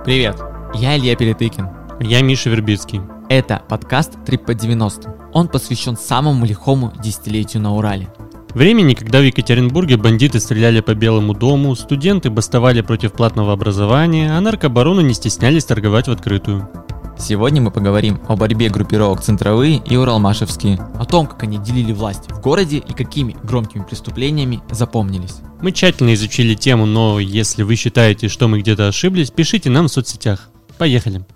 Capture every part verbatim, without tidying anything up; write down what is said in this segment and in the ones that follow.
Привет, я Илья Перетыкин. Я Миша Вербицкий. Это подкаст «Трип по девяностым». Он посвящен самому лихому десятилетию на Урале. Времени, когда в Екатеринбурге бандиты стреляли по Белому дому, студенты бастовали против платного образования, а наркобароны не стеснялись торговать в открытую. Сегодня мы поговорим о борьбе группировок «Центровые» и «Уралмашевские», о том, как они делили власть в городе и какими громкими преступлениями запомнились. Мы тщательно изучили тему, но если вы считаете, что мы где-то ошиблись, пишите нам в соцсетях. Поехали!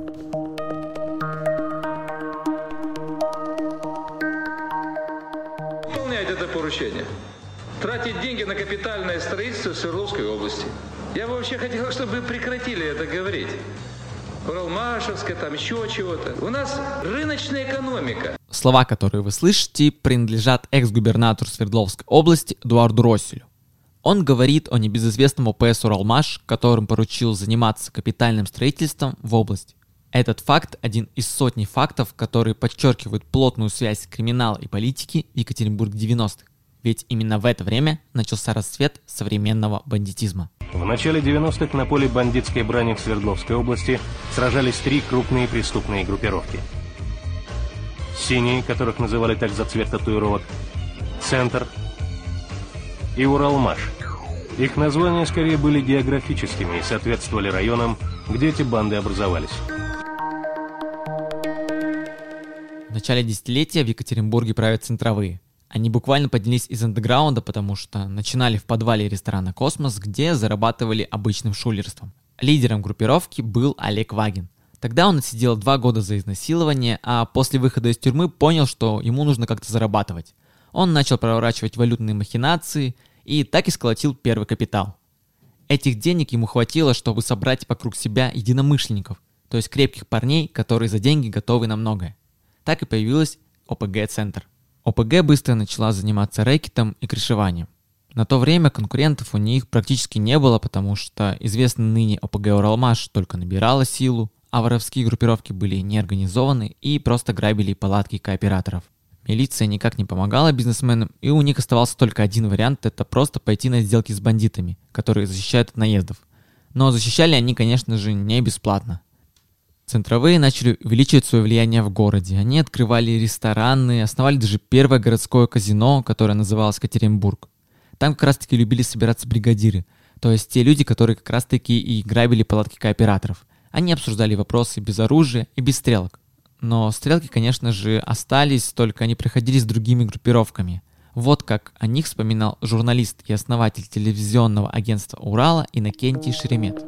Выполнять это поручение. Тратить деньги на капитальное строительство в Свердловской области. Я бы вообще хотел, чтобы вы прекратили это говорить. Уралмашевская, там еще чего-то. У нас рыночная экономика. Слова, которые вы слышите, принадлежат экс-губернатору Свердловской области Эдуарду Росселю. Он говорит о небезызвестном ОПС «Уралмаш», которым поручил заниматься капитальным строительством в области. Этот факт – один из сотни фактов, которые подчеркивают плотную связь криминала и политики в Екатеринбурге девяностых. Ведь именно в это время начался расцвет современного бандитизма. В начале девяностых на поле бандитской брани в Свердловской области сражались три крупные преступные группировки. Синие, которых называли так за цвет татуировок, Центр и Уралмаш. Их названия скорее были географическими и соответствовали районам, где эти банды образовались. В начале десятилетия в Екатеринбурге правят центровые. Они буквально поднялись из андеграунда, потому что начинали в подвале ресторана «Космос», где зарабатывали обычным шулерством. Лидером группировки был Олег Вагин. Тогда он отсидел два года за изнасилование, а после выхода из тюрьмы понял, что ему нужно как-то зарабатывать. Он начал проворачивать валютные махинации и так и сколотил первый капитал. Этих денег ему хватило, чтобы собрать вокруг себя единомышленников, то есть крепких парней, которые за деньги готовы на многое. Так и появилась ОПГ-центр. ОПГ быстро начала заниматься рэкетом и крышеванием. На то время конкурентов у них практически не было, потому что известный ныне ОПГ «Уралмаш» только набирала силу, а воровские группировки были неорганизованы и просто грабили палатки кооператоров. Милиция никак не помогала бизнесменам, и у них оставался только один вариант – это просто пойти на сделки с бандитами, которые защищают от наездов. Но защищали они, конечно же, не бесплатно. Центровые начали увеличивать свое влияние в городе. Они открывали рестораны, основали даже первое городское казино, которое называлось Екатеринбург. Там как раз-таки любили собираться бригадиры, то есть те люди, которые как раз-таки и грабили палатки кооператоров. Они обсуждали вопросы без оружия и без стрелок. Но стрелки, конечно же, остались, только они приходились с другими группировками. Вот как о них вспоминал журналист и основатель телевизионного агентства «Урала» Иннокентий Шеремет.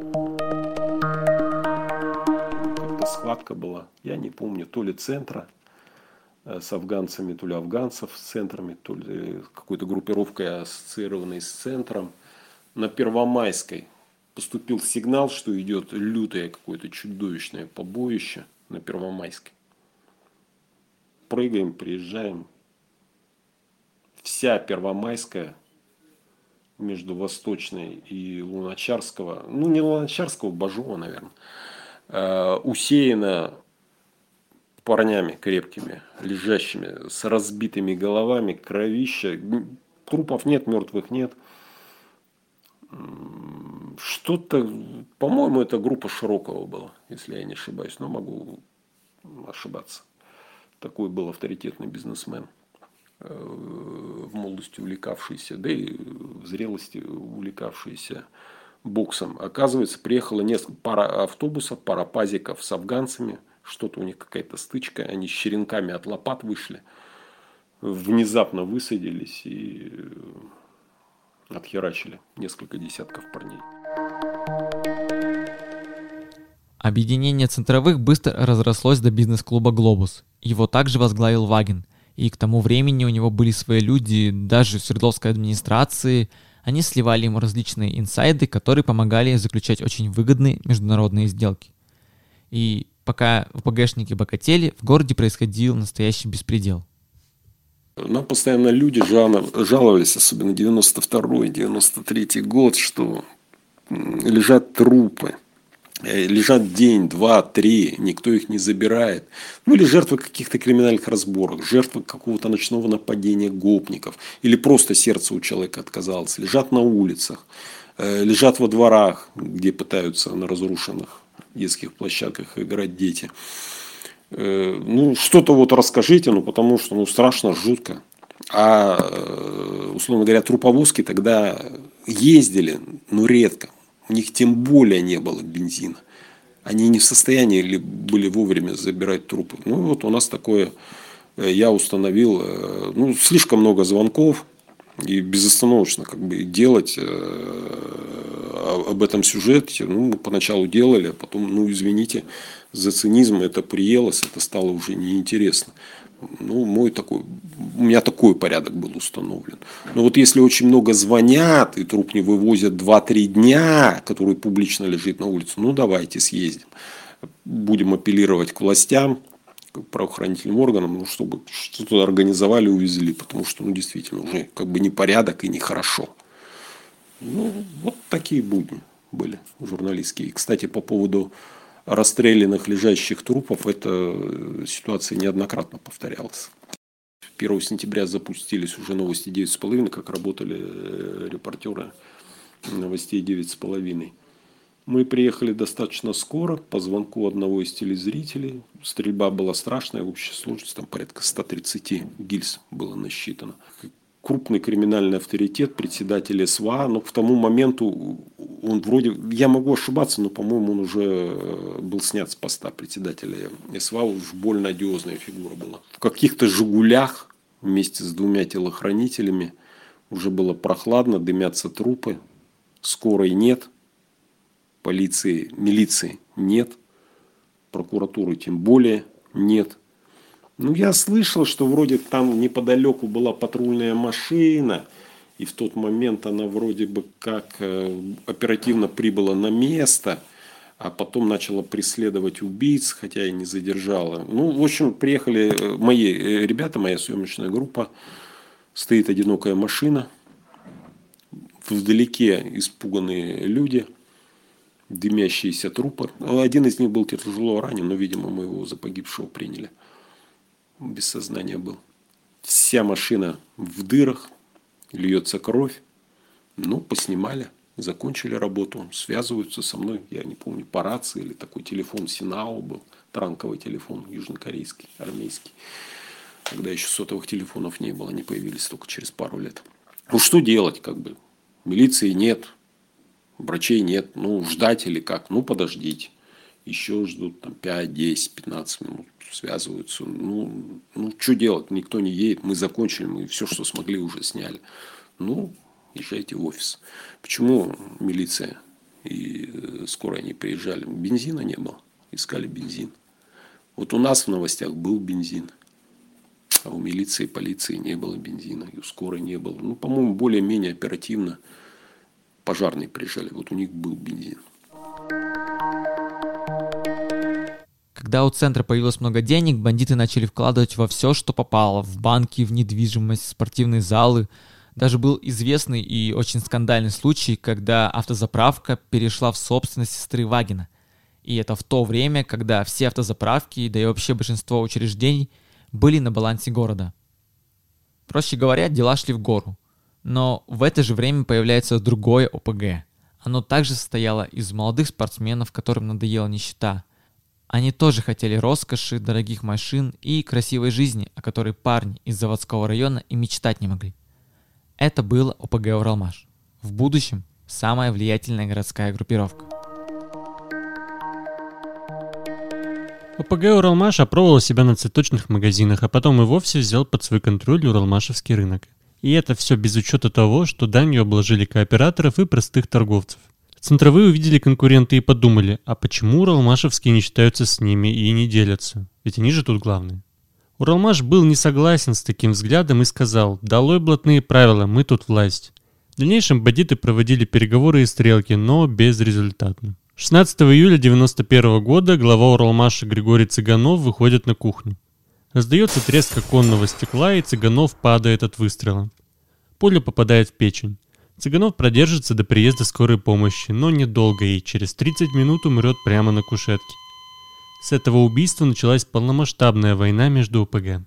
Схватка была, я не помню, то ли центра с афганцами, то ли афганцев с центрами, то ли какой-то группировкой, ассоциированной с центром. На Первомайской поступил сигнал, что идет лютое какое-то чудовищное побоище на Первомайской. Прыгаем, приезжаем. Вся Первомайская между Восточной и Луначарского, ну не Луначарского, Бажова, наверное, усеяна парнями крепкими, лежащими, с разбитыми головами, кровища. Трупов нет, мертвых нет. Что-то, по-моему, это группа Широкого была, если я не ошибаюсь, но могу ошибаться. Такой был авторитетный бизнесмен, в молодости увлекавшийся, да и в зрелости увлекавшийся боксом. Оказывается, приехало несколько пара автобусов, пара пазиков с афганцами. Что-то у них какая-то стычка. Они с черенками от лопат вышли. Внезапно высадились и отхерачили несколько десятков парней. Объединение центровых быстро разрослось до бизнес-клуба «Глобус». Его также возглавил Вагин. И к тому времени у него были свои люди даже в Свердловской администрации. Они сливали ему различные инсайды, которые помогали заключать очень выгодные международные сделки. И пока ОПГшники богатели, в городе происходил настоящий беспредел. Нам постоянно люди жаловались, особенно девяносто второй девяносто третий год, что лежат трупы. Лежат день, два, три, никто их не забирает. Ну или жертвы каких-то криминальных разборок, жертвы какого-то ночного нападения гопников. Или просто сердце у человека отказалось. Лежат на улицах, лежат во дворах, где пытаются на разрушенных детских площадках играть дети. Ну, что-то вот расскажите, ну, потому что, ну, страшно, жутко. А, условно говоря, труповозки тогда ездили, но редко. У них тем более не было бензина. Они не в состоянии были вовремя забирать трупы. Ну, вот у нас такое, я установил, ну, слишком много звонков. И безостановочно как бы делать об этом сюжете. Ну, мы поначалу делали, а потом, ну, извините, за цинизм это приелось, это стало уже неинтересно. Ну, мой такой, у меня такой порядок был установлен. Но вот если очень много звонят, и труп не вывозят два-три дня, который публично лежит на улице, ну, давайте съездим. Будем апеллировать к властям, к правоохранительным органам, ну, чтобы что-то организовали, увезли. Потому что, ну, действительно, уже как бы непорядок и нехорошо. Ну, вот такие будни были журналистские. И, кстати, по поводу расстрелянных лежащих трупов, эта ситуация неоднократно повторялась. первого сентября запустились уже новости девять с половиной, как работали репортеры новостей девять с половиной. Мы приехали достаточно скоро, по звонку одного из телезрителей. Стрельба была страшная, в общей сложности там порядка сто тридцать гильз было насчитано. Крупный криминальный авторитет, председатель эс вэ а, но к тому моменту он вроде, я могу ошибаться, но, по-моему, он уже был снят с поста председателя эс вэ а, уж больно одиозная фигура была. В каких-то «Жигулях» вместе с двумя телохранителями уже было прохладно, дымятся трупы, скорой нет, полиции, милиции нет, прокуратуры тем более нет. Ну, я слышал, что вроде там неподалеку была патрульная машина, и в тот момент она вроде бы как оперативно прибыла на место, а потом начала преследовать убийц, хотя и не задержала. Ну, в общем, приехали мои ребята, моя съемочная группа, стоит одинокая машина, вдалеке испуганные люди, дымящиеся трупы. Один из них был тяжело ранен, но, видимо, мы его за погибшего приняли. Без сознания был. Вся машина в дырах, льется кровь. Ну, поснимали, закончили работу, связываются со мной, я не помню, по рации или такой телефон Синао был, транковый телефон, южнокорейский, армейский. Когда еще сотовых телефонов не было, они появились только через пару лет. Ну, что делать, как бы? Милиции нет, врачей нет, ну, ждать или как? Ну, подождите. Еще ждут там пять, десять, пятнадцать минут, связываются. Ну, ну, что делать? Никто не едет. Мы закончили, мы все, что смогли, уже сняли. Ну, езжайте в офис. Почему милиция и скорая не приезжали? Бензина не было. Искали бензин. Вот у нас в новостях был бензин. А у милиции и полиции не было бензина. И у скорой не было. Ну, по-моему, более-менее оперативно пожарные приезжали. Вот у них был бензин. Когда у центра появилось много денег, бандиты начали вкладывать во все, что попало. В банки, в недвижимость, в спортивные залы. Даже был известный и очень скандальный случай, когда автозаправка перешла в собственность сестры Вагина. И это в то время, когда все автозаправки, да и вообще большинство учреждений были на балансе города. Проще говоря, дела шли в гору. Но в это же время появляется другое о пэ гэ. Оно также состояло из молодых спортсменов, которым надоела нищета. Они тоже хотели роскоши, дорогих машин и красивой жизни, о которой парни из заводского района и мечтать не могли. Это было о пэ гэ «Уралмаш». В будущем самая влиятельная городская группировка. о пэ гэ «Уралмаш» опробовал себя на цветочных магазинах, а потом и вовсе взял под свой контроль уралмашевский рынок. И это все без учета того, что данью обложили кооператоров и простых торговцев. Центровые увидели конкуренты и подумали, а почему уралмашевские не считаются с ними и не делятся? Ведь они же тут главные. Уралмаш был не согласен с таким взглядом и сказал: «Долой блатные правила, мы тут власть». В дальнейшем бандиты проводили переговоры и стрелки, но безрезультатно. шестнадцатого июля девяносто первого года глава Уралмаша Григорий Цыганов выходит на кухню. Раздается треск оконного стекла, и Цыганов падает от выстрела. Пуля попадает в печень. Цыганов продержится до приезда скорой помощи, но недолго, и через тридцать минут умрет прямо на кушетке. С этого убийства началась полномасштабная война между о пэ гэ.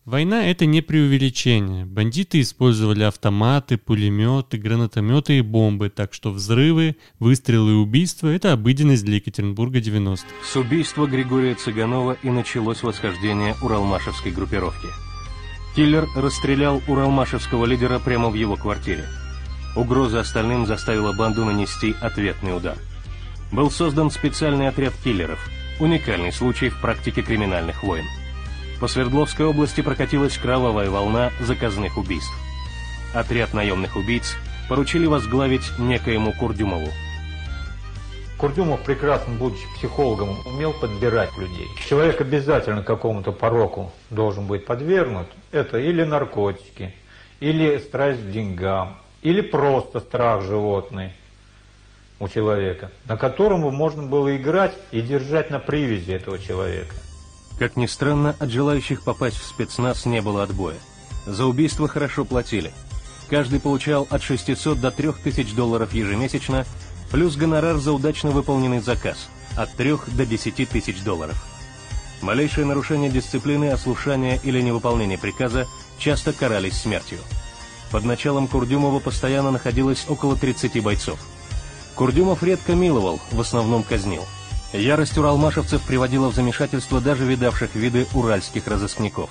Война — это не преувеличение. Бандиты использовали автоматы, пулеметы, гранатометы и бомбы, так что взрывы, выстрелы и убийства — это обыденность для Екатеринбурга девяностых. С убийства Григория Цыганова и началось восхождение уралмашевской группировки. Киллер расстрелял уралмашевского лидера прямо в его квартире. Угроза остальным заставила банду нанести ответный удар. Был создан специальный отряд киллеров, уникальный случай в практике криминальных войн. По Свердловской области прокатилась кровавая волна заказных убийств. Отряд наемных убийц поручили возглавить некоему Курдюмову. Курдюмов, прекрасно будучи психологом, умел подбирать людей. Человек обязательно какому-то пороку должен быть подвергнут. Это или наркотики, или страсть к деньгам, или просто страх животный у человека, на котором можно было играть и держать на привязи этого человека. Как ни странно, от желающих попасть в спецназ не было отбоя. За убийство хорошо платили. Каждый получал от шестисот до трёх тысяч долларов ежемесячно, плюс гонорар за удачно выполненный заказ от трёх до десяти тысяч долларов. Малейшее нарушение дисциплины, ослушание или невыполнение приказа часто карались смертью. Под началом Курдюмова постоянно находилось около тридцати бойцов. Курдюмов редко миловал, в основном казнил. Ярость уралмашевцев приводила в замешательство даже видавших виды уральских разыскников.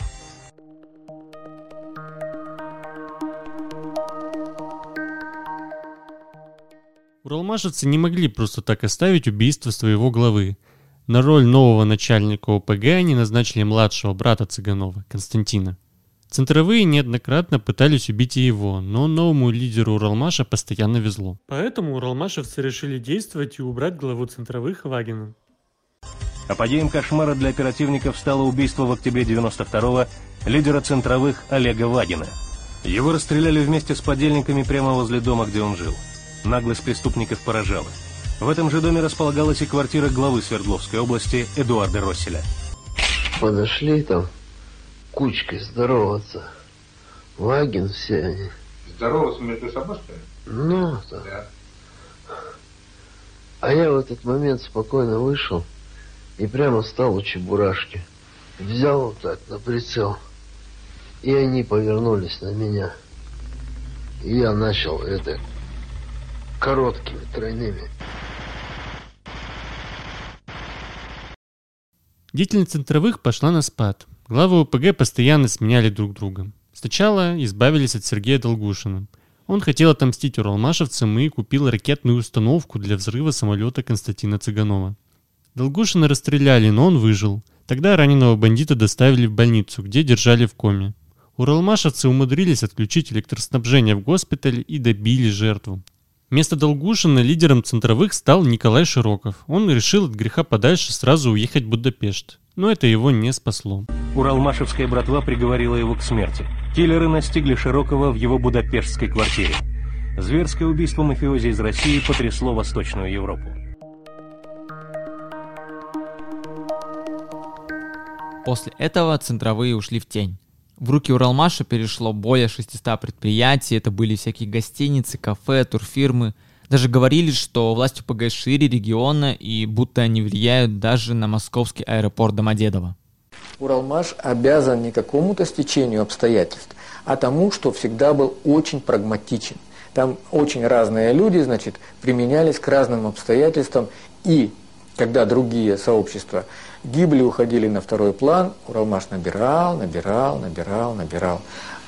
Уралмашевцы не могли просто так оставить убийство своего главы. На роль нового начальника ОПГ они назначили младшего брата Цыганова, Константина. Центровые неоднократно пытались убить и его, но новому лидеру Уралмаша постоянно везло. Поэтому уралмашевцы решили действовать и убрать главу центровых Вагина. Апогеем кошмара для оперативников стало убийство в октябре девяносто второго лидера центровых Олега Вагина. Его расстреляли вместе с подельниками прямо возле дома, где он жил. Наглость преступников поражала. В этом же доме располагалась и квартира главы Свердловской области Эдуарда Росселя. Подошли там кучкой здороваться. Вагин все они. Здороваться между собой, что ли? Ну, да. да. А я в этот момент спокойно вышел и прямо стал у чебурашки. Взял вот так на прицел. И они повернулись на меня. И я начал это короткими, тройными. Деятельность центровых пошла на спад. Главы ОПГ постоянно сменяли друг друга. Сначала избавились от Сергея Долгушина. Он хотел отомстить уралмашевцам и купил ракетную установку для взрыва самолета Константина Цыганова. Долгушина расстреляли, но он выжил. Тогда раненого бандита доставили в больницу, где держали в коме. Уралмашевцы умудрились отключить электроснабжение в госпитале и добили жертву. Вместо Долгушина лидером центровых стал Николай Широков. Он решил от греха подальше сразу уехать в Будапешт. Но это его не спасло. Уралмашевская братва приговорила его к смерти. Киллеры настигли Широкова в его будапештской квартире. Зверское убийство мафиози из России потрясло Восточную Европу. После этого центровые ушли в тень. В руки Уралмаша перешло более шестисот предприятий, это были всякие гостиницы, кафе, турфирмы. Даже говорили, что власть ОПГ шире региона и будто они влияют даже на московский аэропорт Домодедово. Уралмаш обязан не какому-то стечению обстоятельств, а тому, что всегда был очень прагматичен. Там очень разные люди, значит, применялись к разным обстоятельствам, и когда другие сообщества гибли, уходили на второй план, Уралмаш набирал, набирал, набирал, набирал.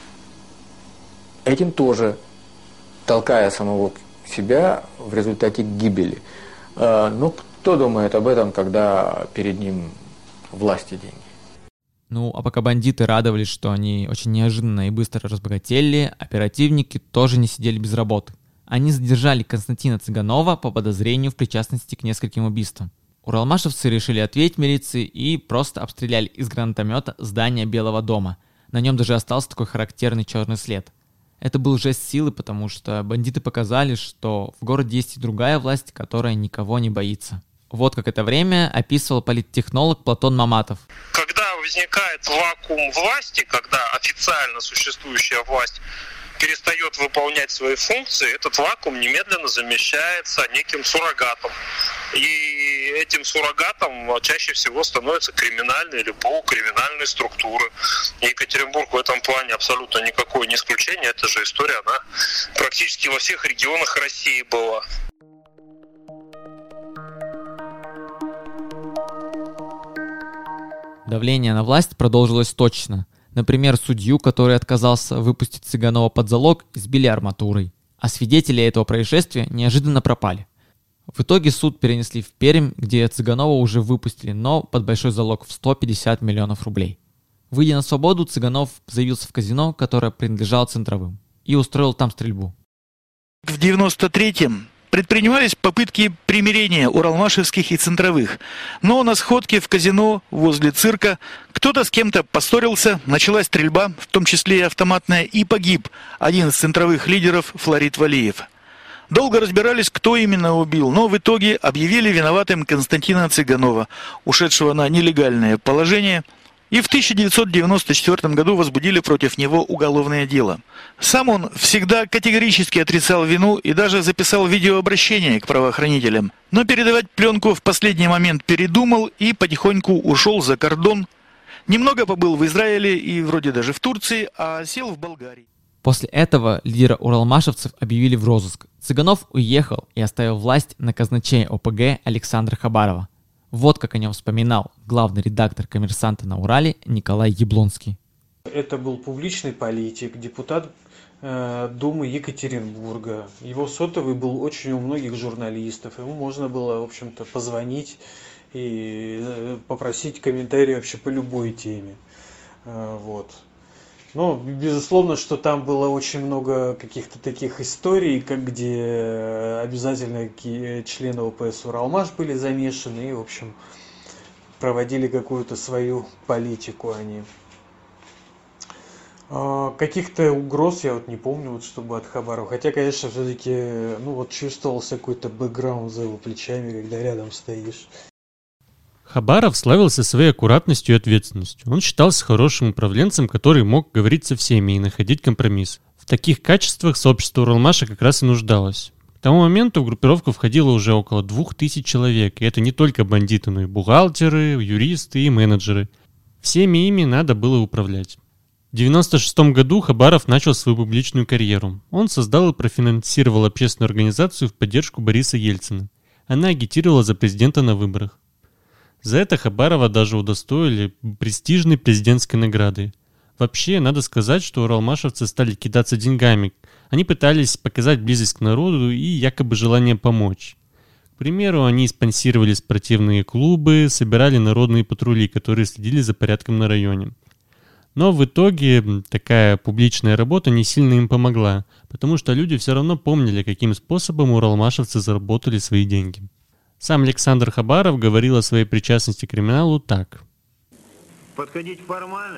Этим тоже толкая самого себя в результате гибели. Но кто думает об этом, когда перед ним власть и деньги? Ну, а пока бандиты радовались, что они очень неожиданно и быстро разбогатели, оперативники тоже не сидели без работы. Они задержали Константина Цыганова по подозрению в причастности к нескольким убийствам. Уралмашевцы решили ответить милиции и просто обстреляли из гранатомета здание Белого дома. На нем даже остался такой характерный черный след. Это был жест силы, потому что бандиты показали, что в городе есть и другая власть, которая никого не боится. Вот как это время описывал политтехнолог Платон Маматов. Когда возникает вакуум власти, когда официально существующая власть перестает выполнять свои функции, этот вакуум немедленно замещается неким суррогатом. И этим суррогатом чаще всего становятся криминальные или полукриминальные структуры. И Екатеринбург в этом плане абсолютно никакое не исключение. Эта же история, она практически во всех регионах России была. Давление на власть продолжилось точно. Например, судью, который отказался выпустить Цыганова под залог, избили арматурой. А свидетели этого происшествия неожиданно пропали. В итоге суд перенесли в Пермь, где Цыганова уже выпустили, но под большой залог в сто пятьдесят миллионов рублей. Выйдя на свободу, Цыганов заявился в казино, которое принадлежало Центровым, и устроил там стрельбу. В девяносто третьем предпринимались попытки примирения уралмашевских и центровых, но на сходке в казино возле цирка кто-то с кем-то поссорился, началась стрельба, в том числе и автоматная, и погиб один из центровых лидеров Флорид Валиев. Долго разбирались, кто именно убил, но в итоге объявили виноватым Константина Цыганова, ушедшего на нелегальное положение, и в тысяча девятьсот девяносто четвёртом году возбудили против него уголовное дело. Сам он всегда категорически отрицал вину и даже записал видеообращение к правоохранителям. Но передавать пленку в последний момент передумал и потихоньку ушел за кордон. Немного побыл в Израиле и вроде даже в Турции, а сел в Болгарии. После этого лидера уралмашевцев объявили в розыск. Цыганов уехал и оставил власть на казначея О П Г Александра Хабарова. Вот как о нем вспоминал главный редактор «Коммерсанта» на Урале Николай Яблонский. Это был публичный политик, депутат э, Думы Екатеринбурга. Его сотовый был очень у многих журналистов. Ему можно было, в общем-то, позвонить и э, попросить комментарий вообще по любой теме. Э, вот. Но, безусловно, что там было очень много каких-то таких историй, как где обязательно члены О П С Уралмаш были замешаны и, в общем, проводили какую-то свою политику они. А каких-то угроз я вот не помню, вот, чтобы от Хабарова. Хотя, конечно, все-таки ну, вот чувствовался какой-то бэкграунд за его плечами, когда рядом стоишь. Хабаров славился своей аккуратностью и ответственностью. Он считался хорошим управленцем, который мог говорить со всеми и находить компромисс. В таких качествах сообщество Уралмаша как раз и нуждалось. К тому моменту в группировку входило уже около двух тысяч человек, и это не только бандиты, но и бухгалтеры, юристы и менеджеры. Всеми ими надо было управлять. В девяносто шестом году Хабаров начал свою публичную карьеру. Он создал и профинансировал общественную организацию в поддержку Бориса Ельцина. Она агитировала за президента на выборах. За это Хабарова даже удостоили престижной президентской награды. Вообще, надо сказать, что уралмашевцы стали кидаться деньгами. Они пытались показать близость к народу и якобы желание помочь. К примеру, они спонсировали спортивные клубы, собирали народные патрули, которые следили за порядком на районе. Но в итоге такая публичная работа не сильно им помогла, потому что люди все равно помнили, каким способом уралмашевцы заработали свои деньги. Сам Александр Хабаров говорил о своей причастности к криминалу так. Подходить формально.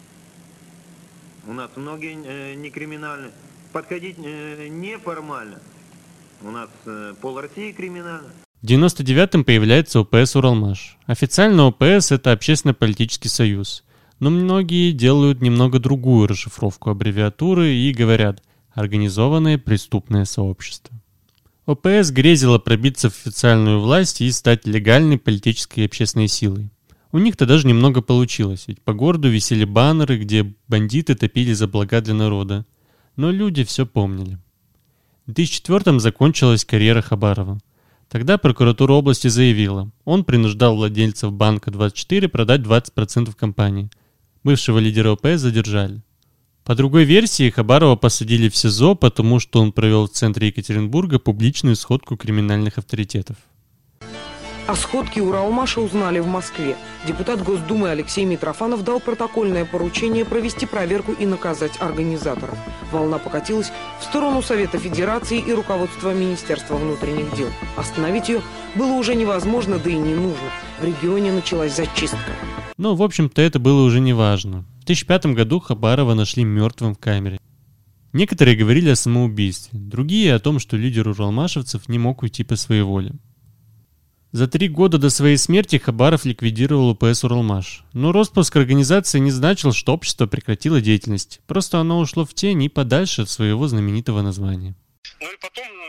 У нас многие э, не криминальны. Подходить э, неформально. У нас э, пол России криминально. В девяносто девятом появляется О П С Уралмаш. Официально О П С это общественно-политический союз. Но многие делают немного другую расшифровку аббревиатуры и говорят «организованное преступное сообщество». О П С грезила пробиться в официальную власть и стать легальной политической и общественной силой. У них-то даже немного получилось, ведь по городу висели баннеры, где бандиты топили за блага для народа. Но люди все помнили. В две тысячи четвёртом закончилась карьера Хабарова. Тогда прокуратура области заявила, он принуждал владельцев банка двадцать четыре продать двадцать процентов компании. Бывшего лидера О П С задержали. По другой версии, Хабарова посадили в СИЗО, потому что он провел в центре Екатеринбурга публичную сходку криминальных авторитетов. О сходке Уралмаша узнали в Москве. Депутат Госдумы Алексей Митрофанов дал протокольное поручение провести проверку и наказать организаторов. Волна покатилась в сторону Совета Федерации и руководства Министерства внутренних дел. Остановить ее было уже невозможно, да и не нужно. В регионе началась зачистка. Но, в общем-то, это было уже не важно. В две тысячи пятом году Хабарова нашли мертвым в камере. Некоторые говорили о самоубийстве, другие о том, что лидер уралмашевцев не мог уйти по своей воле. За три года до своей смерти Хабаров ликвидировал О П С Уралмаш. Но распуск организации не значил, что общество прекратило деятельность. Просто оно ушло в тень и подальше от своего знаменитого названия. Ну и потом мне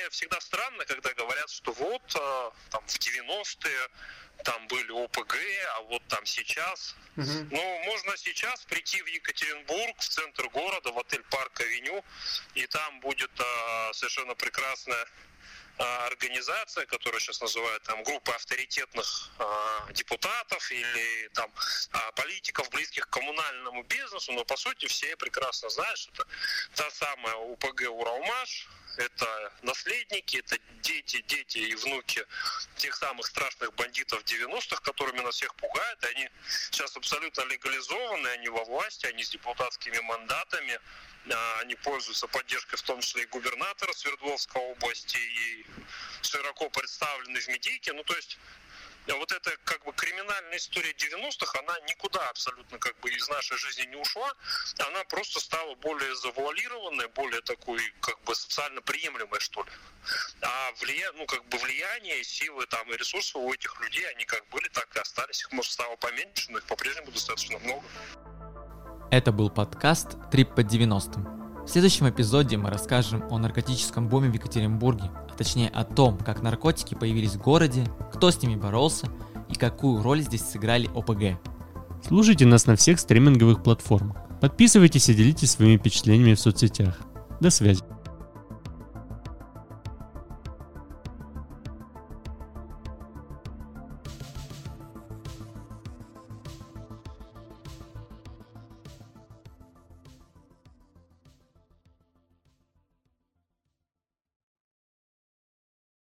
всегда странно, когда говорят, что вот там в девяностые там были ОПГ, а вот там сейчас. Uh-huh. Ну, можно сейчас прийти в Екатеринбург, в центр города, в отель Парк-Авеню, и там будет а, совершенно прекрасная а, организация, которая сейчас называют там группа авторитетных а, депутатов или там а, политиков, близких к коммунальному бизнесу, но по сути все прекрасно знают, что это та самая ОПГ «Уралмаш». Это наследники, это дети, дети и внуки тех самых страшных бандитов девяностых, которыми нас всех пугают. Они сейчас абсолютно легализованы, они во власти, они с депутатскими мандатами, они пользуются поддержкой в том числе и губернатора Свердловской области, и широко представлены в медийке. Ну, то есть вот эта как бы криминальная история девяностых, она никуда абсолютно как бы из нашей жизни не ушла, она просто стала более завуалированной, более такой как бы социально приемлемой, что ли. А влия... ну, как бы влияние, силы там, и ресурсы у этих людей, они как были, так и остались. Их, может, стало поменьше, но их по-прежнему достаточно много. Это был подкаст «Трип по девяностым». В следующем эпизоде мы расскажем о наркотическом буме в Екатеринбурге, а точнее о том, как наркотики появились в городе, кто с ними боролся и какую роль здесь сыграли ОПГ. Слушайте нас на всех стриминговых платформах. Подписывайтесь и делитесь своими впечатлениями в соцсетях. До связи.